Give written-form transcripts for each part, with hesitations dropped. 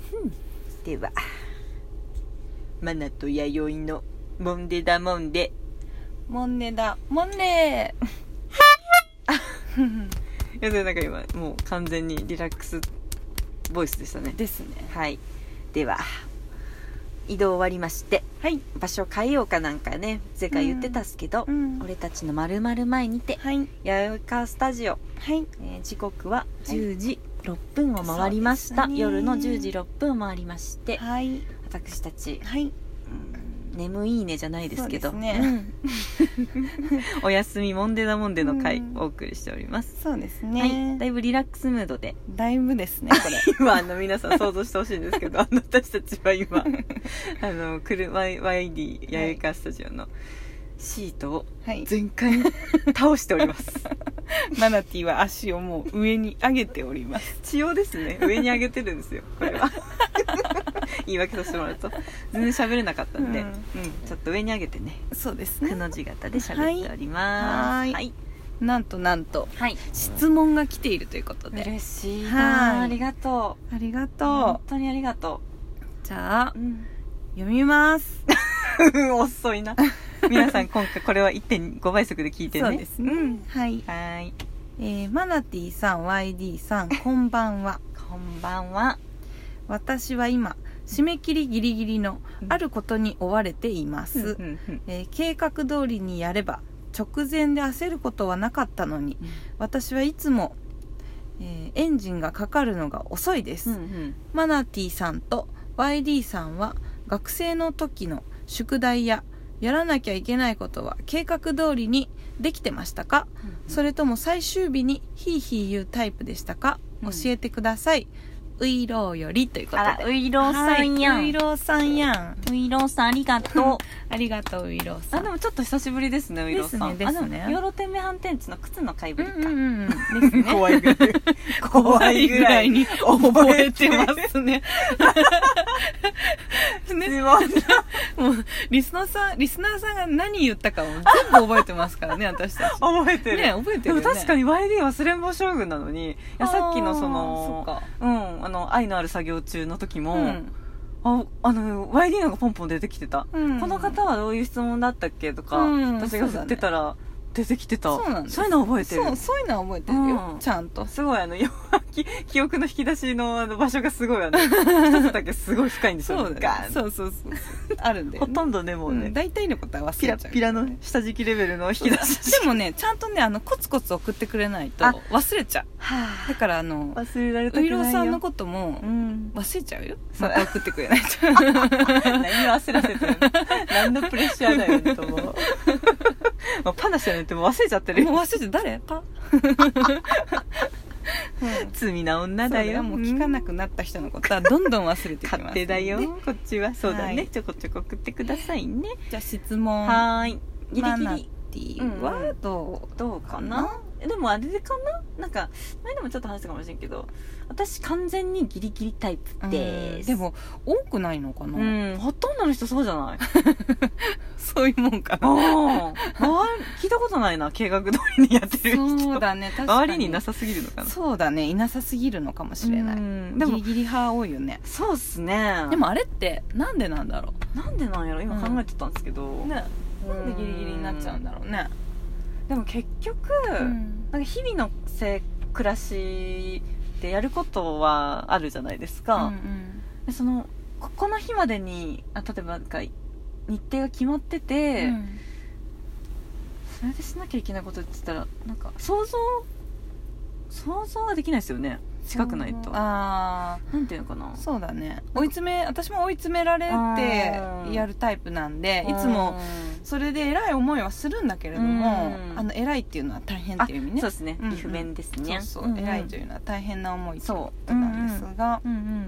ではマナと弥生のモンデダモンデモンネだモンネいやなんか今もう完全にリラックスボイスでしたね。 ですね。 はい、では移動終わりまして、 はい、 場所変えようかなんかね前回言ってたっすけど、俺たちの〇〇前にて、 はい、 弥生川スタジオ、 はい、 時刻は10時6分を回りました、夜の10時6分を回りまして、 はい、 私たち、 はい、 眠いねじゃないですけど、 そうですね、 お休みモンデダモンデの回お送りしております。 そうですね、 はい、だいぶリラックスムードで、 だいぶですねこれ今皆さん想像してほしいんですけど私たちは今車 YD 弥生川スタジオのシートを全開に倒しております、 マナティは足をもう上に上げております。 血をですね上に上げてるんですよこれは言い訳させてもらうと全然喋れなかったんで、ちょっと上に上げてね、 そうですね、 くの字型で喋っております。 はい、なんと、はい、質問が来ているということで、 嬉しいな、ありがとう、ありがとう、 本当にありがとう。じゃあ、読みます遅いな皆さん今回これは 1.5 倍速で聞いてね。 そうですね、はい、マナティさん YD さんこんばんはこんばんは。 私は今締め切りギリギリのあることに追われています、計画通りにやれば直前で焦ることはなかったのに、私はいつも、エンジンがかかるのが遅いです、マナティさんと YD さんは学生の時の宿題ややらなきゃいけないことは計画通りにできてましたか、それとも最終日にヒーヒー言うタイプでしたか、教えてください。ウイローよりということで。 あら、ウイローさんやん。 ウイローさんやん。 ウイローさんありがとう。 ありがとうウイローさん。 でもちょっと久しぶりですねウイローさん。 ですね。 養老天命反転地の靴の買いぶりか。 ですね。 怖いぐらい。怖いぐらいに覚えてますね。もうリスナーさんが何言ったかを全部覚えてますからね私たち。 覚えてる。 ね、覚えてるよね。 でも確かに YD 忘れん坊将軍なのに、いやさっきのそっか。 愛のある作業中の時も、YD のがポンポン出てきてた、この方はどういう質問だったっけとか、私が振ってたら出てきてた。そういうの覚えてる。 そういうのは覚えてるよ、ちゃんと。 すごい記憶の引き出しの場所がすごい一つだけすごい深いんですよ。 そうだね。そうあるんで、 ほとんどねもうね、 大体のことは忘れちゃう。 ピラピラの下敷きレベルの引き出し。 でもねちゃんとねコツコツ送ってくれないと忘れちゃう。だから忘れられたくないよ。 ウイローさんのことも忘れちゃうよ。また送ってくれないと。 何を焦らせてるの。何のプレッシャーだよねと思う。パナシャねってもう忘れちゃってるよ。 もう忘れて誰パ罪な女だよ。 もう聞かなくなった人のことはどんどん忘れてきます、 勝手だよこっちは。そうだね、ちょこちょこ送ってくださいね。 じゃあ質問。 はいギリギリマナティはどうかな。でもあれでかな、なんか前でもちょっと話したかもしれんけど、私完全にギリギリタイプです。 でも多くないのかな。 ほとんどの人そうじゃないそういうもんかな。 聞いたことないな計画通りにやってる人。 そうだね、確かに周りにいなさすぎるのかな。 そうだね、いなさすぎるのかもしれない。 でもギリギリ派多いよね。 そうっすね。 でもあれってなんでなんだろう。 なんでなんやろ、今考えてたんですけど、 ね、なんでギリギリになっちゃうんだろうね。 でも結局、なんか日々の暮らしでやることはあるじゃないですか、でここの日までに例えばなんか日程が決まってて、それでしなきゃいけないことって言ったらなんか想像ができないですよね、近くないと。なんていうのかな。 そうだね、私も追い詰められてやるタイプなんで、いつもそれで偉い思いはするんだけれども、偉いっていうのは大変っていう意味ね。 そうですね、理不弁ですね。 偉いというのは大変な思いってことなんですが、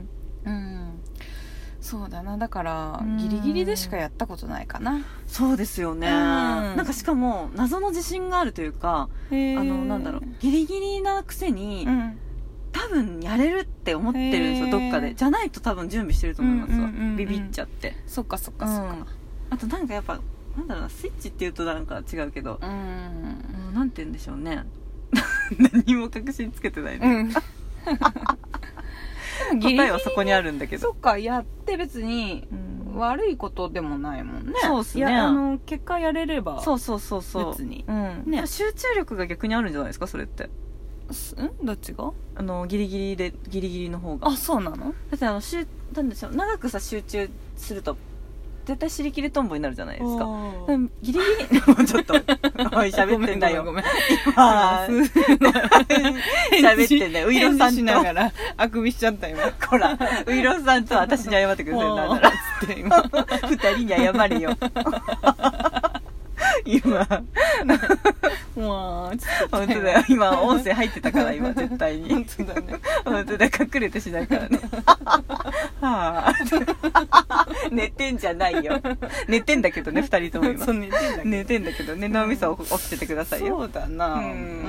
そうだな、だからギリギリでしかやったことないかな。 そうですよね、なんかしかも謎の自信があるというか、なんだろう、ギリギリなくせに、多分やれるって思ってるんですよ、どっかで。じゃないと多分準備してると思いますわ、ビビっちゃって。 そっか。 あとなんかやっぱなんだろうな、スイッチっていうとなんか違うけど、なんて言うんでしょうね何も確信つけてないね、 答えはそこにあるんだけど。 そっか、やって別に悪いことでもないもんね。 そうっすね。 結果やれればそう別に、 ね、集中力が逆にあるんじゃないですか、それって。 どっちが？ ギリギリの方が。 あ、そうなの？ だってなんでしょう、長くさ集中すると絶対尻切れトンボになるじゃないですか。ギリギリもうちょっとおい喋ってんだよ。 ごめん今喋ってんだよ。ウイロさんとしながらあくびしちゃった今。 ほら、ウイロさんと私に謝ってください。なんならつって今二人に謝れよ。今本当だよ、今音声入ってたから今絶対に。 本当だね。 本当だ、隠れてしないからね。はあ、寝てんじゃないよ。寝てんだけどね、二人とも今。 そう寝てんだけどね、脳みそ起きててくださいよ。 そうだな。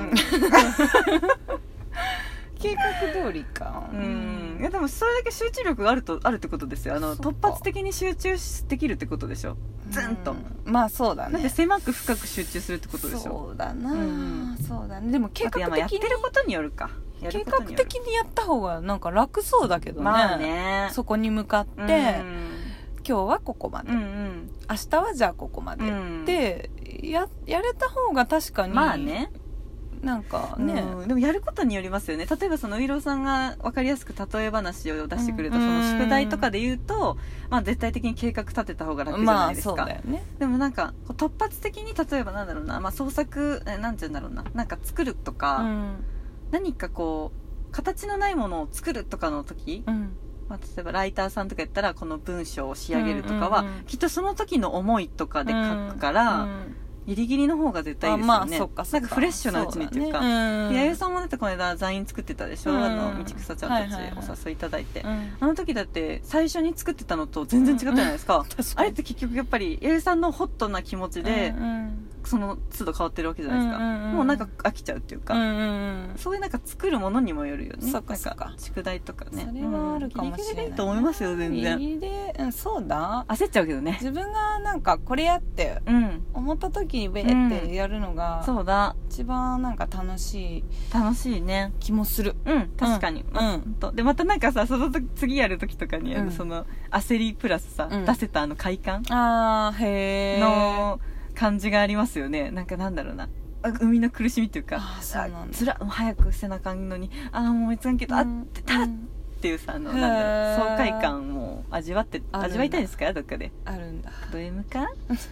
計画通りか。 いやでもそれだけ集中力があるってことですよ。突発的に集中できるってことでしょ。ズンと。 まあそうだね。 だって狭く深く集中するってことでしょ。 そうだな。そうだね。でも計画的にやってることによるか。 計画的にやった方がなんか楽そうだけどね。 まあね。 そこに向かって、今日はここまで、明日はじゃあここまでってやれた方が確かに。 まあね。 なんかね、 でもやることによりますよね。例えばそのウイローさんが分かりやすく例え話を出してくれたその宿題とかで言うと、まあ絶対的に計画立てた方が楽じゃないですか。 まあそうだよね。 でもなんか突発的に例えばなんだろうな、まあ創作なんて言うんだろうな、なんか作るとか、何かこう形のないものを作るとかの時、まあ、例えばライターさんとかやったらこの文章を仕上げるとかは、きっとその時の思いとかで書くから。ギリギリの方が絶対いいですよね。なんかフレッシュなうちにっていうか。弥生さんもだってこの間座員作ってたでしょ。道草ちゃんたちお誘いいただいて。あの時だって最初に作ってたのと全然違ったじゃないですか。あれって結局やっぱり弥生さんのホットな気持ちで、その都度変わってるわけじゃないですか。もうなんか飽きちゃうっていうか。そういうなんか作るものにもよるよね。 そっかそっか。 宿題とかね。 それはあるかもしれない。 ギリギリでいいと思いますよ、全然。 ギリギリで、そうだ。 焦っちゃうけどね。 自分がなんかこれやって思った時にベーってやるのが、 そうだ。 一番なんか楽しいね気もする。 確かに。でまたなんかさ、その次やる時とかにその焦りプラスさ、出せた快感の感じがありますよね。なんかなんだろうな、生みの苦しみっていうか、早くせなあかんのに、もういつがんけどってたっていうさ、なんだろう、爽快感も味わいたいですか、どっかで。 あるんだ。 ド M か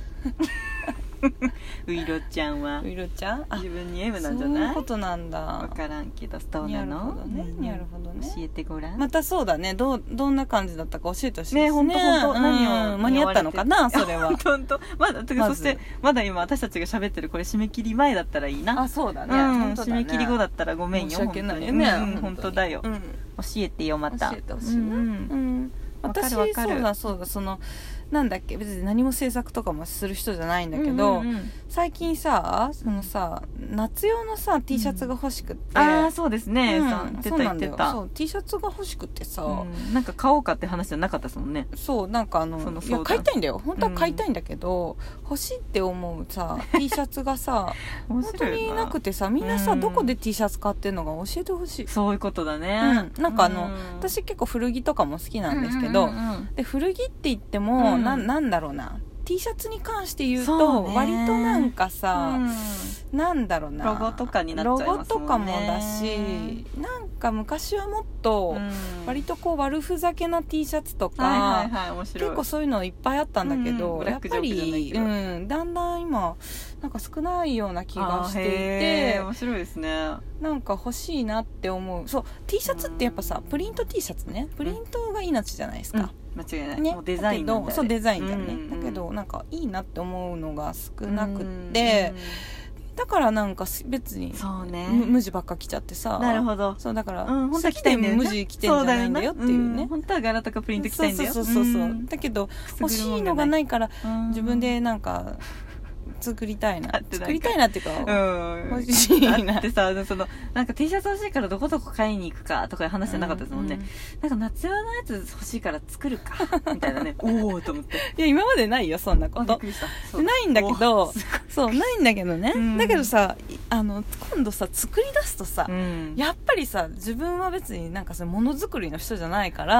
ウイロちゃんは自分に M なんじゃない？ そういうことなんだ。 分からんけどどうなの？ なるほどね。 教えてごらん。 またそうだね、どんな感じだったか教えてほしいですね。 本当何を間に合ったのかな、それは。 本当まだそしてまだ今私たちが喋ってるこれ締め切り前だったらいいな。 あ、そうだね。 締め切り後だったらごめんよ。 申し訳ないよね。 本当だよ。教えてよまた。 教えてほしいな。私そうだそのなんだっけ、別に何も制作とかもする人じゃないんだけど、最近さ、そのさ、夏用のさ T シャツが欲しくって、 そうですね、 そうなんだよ。そう T シャツが欲しくてさ、 なんか買おうかって話じゃなかったですもんね。 そう、なんかいや買いたいんだよ、本当は買いたいんだけど、欲しいって思うさ T シャツがさ本当になくてさ、みんなさどこで T シャツ買ってんのか教えてほしい。 そういうことだね。 なんか私結構古着とかも好きなんですけど、で古着って言ってもなんだろうな、 T シャツに関して言うと割となんかさ、なんだろうな、 ロゴとかになっちゃいますもんね。 ロゴとかもだし、なんか昔はもっと割とこう悪ふざけな T シャツとか、結構そういうのいっぱいあったんだけど、やっぱりだんだん今なんか少ないような気がしていて、 面白いですね。 なんか欲しいなって思う。そう T シャツってやっぱさ、プリント T シャツね、プリントが命じゃないですか。 間違いない、もうデザインなんだよね。 そうデザインだよね。だけどなんかいいなって思うのが少なくって、だからなんか別に無地ばっか着ちゃってさ。 なるほど。 そうだから、 本当は着たいんだよね。 無地着てんじゃないんだよっていうね。 本当は柄とかプリント着たいんだよ。 そうだけど欲しいのがないから自分でなんか作りたいな。 だってなんか作りたいなっていうか、欲しいな。 だってさ、なんか T シャツ欲しいからどこどこ買いに行くかとか話じゃなかったですもんね。なんか夏用のやつ欲しいから作るかみたいなね。おーと思って。 いや、今までないよ、そんなこと。 びっくりした。 ないんだけど、そう、ないんだけどね。だけどさ、今度さ、作り出すとさ、やっぱりさ、自分は別になんかものづくりの人じゃないから、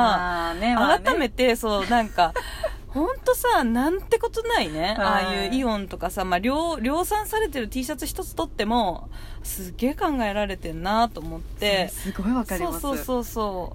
改めて、そう、なんか、ほんとさ、なんてことないね。ああいうイオンとかさ、まあ、量産されてる T シャツ一つ取っても、すっげえ考えられてんなと思って。 すごいわかります。 そう。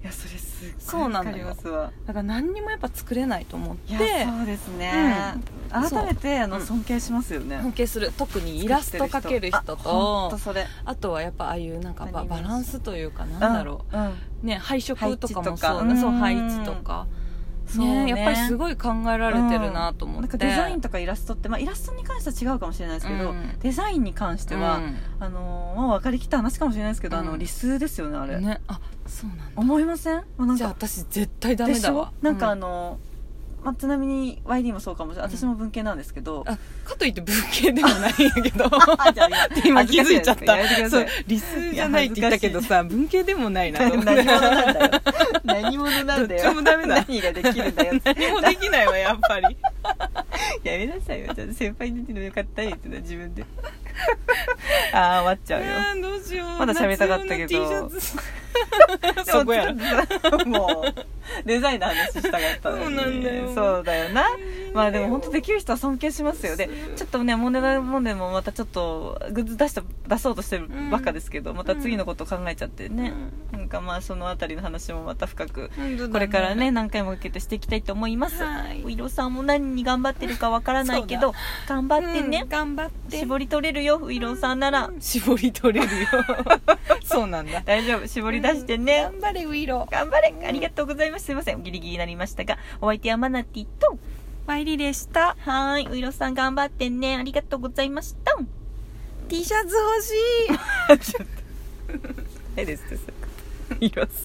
いや、それすっごいわかりますわ。 だから何にもやっぱ作れないと思って。 いや、そうですね。改めて、尊敬しますよね。 尊敬する。特にイラスト描ける人と、 ほんとそれ。 あとはやっぱああいうなんかバランスというか、なんだろう。ね、配色とかもそうね。そう、配置とか。ね、やっぱりすごい考えられてるなと思って、 なんかデザインとかイラストって、まあ、イラストに関しては違うかもしれないですけど、デザインに関しては、もう分かりきった話かもしれないですけど、理数ですよね、あれね。 あ、そうなんだ。 思いません？ じゃあ私絶対ダメだわ。 なんかまあ、ちなみに YD もそうかもしれない。私も文系なんですけど、 かといって文系でもないんやけど今気づいちゃった。そう、理数じゃないって言ったけどさ、文系でもないなと思って。 何者なんだよ。何者なんだよ。 どっちもダメだ。 何ができるんだよ。 何もできないわ、やっぱり。 やめなさいよ。ちょっと先輩に出てるのよかったねって自分で。ああ、終わっちゃうよ。 どうしよう。 まだ喋りたかったけど。 そこやろ。 もうデザインの話したかったのに。 そうなんだよ。 そうだよな。まあでも本当できる人は尊敬しますよ。で、ちょっとね、モネもまたちょっこグッズ出そうとしてるばっかですけど、また次のこと考えちゃってね。なんかまあそのあたりの話もまた深くこれからね何回も受けてしていきたいと思います。おいろさんも何に頑張ってるかわからないけど頑張ってね。 頑張って絞り取れるよ、ういろさんなら。 絞り取れるよ。そうなんだ。 大丈夫、絞り出してね。 頑張れウイロ。 頑張れ。ありがとうございます。すいません、ギリギリになりましたが、お相手はマナティとマイリでした。 はい、ういろさん頑張ってね。ありがとうございました。 T シャツ欲しい。 ちょっと。えですってさ。いろさん。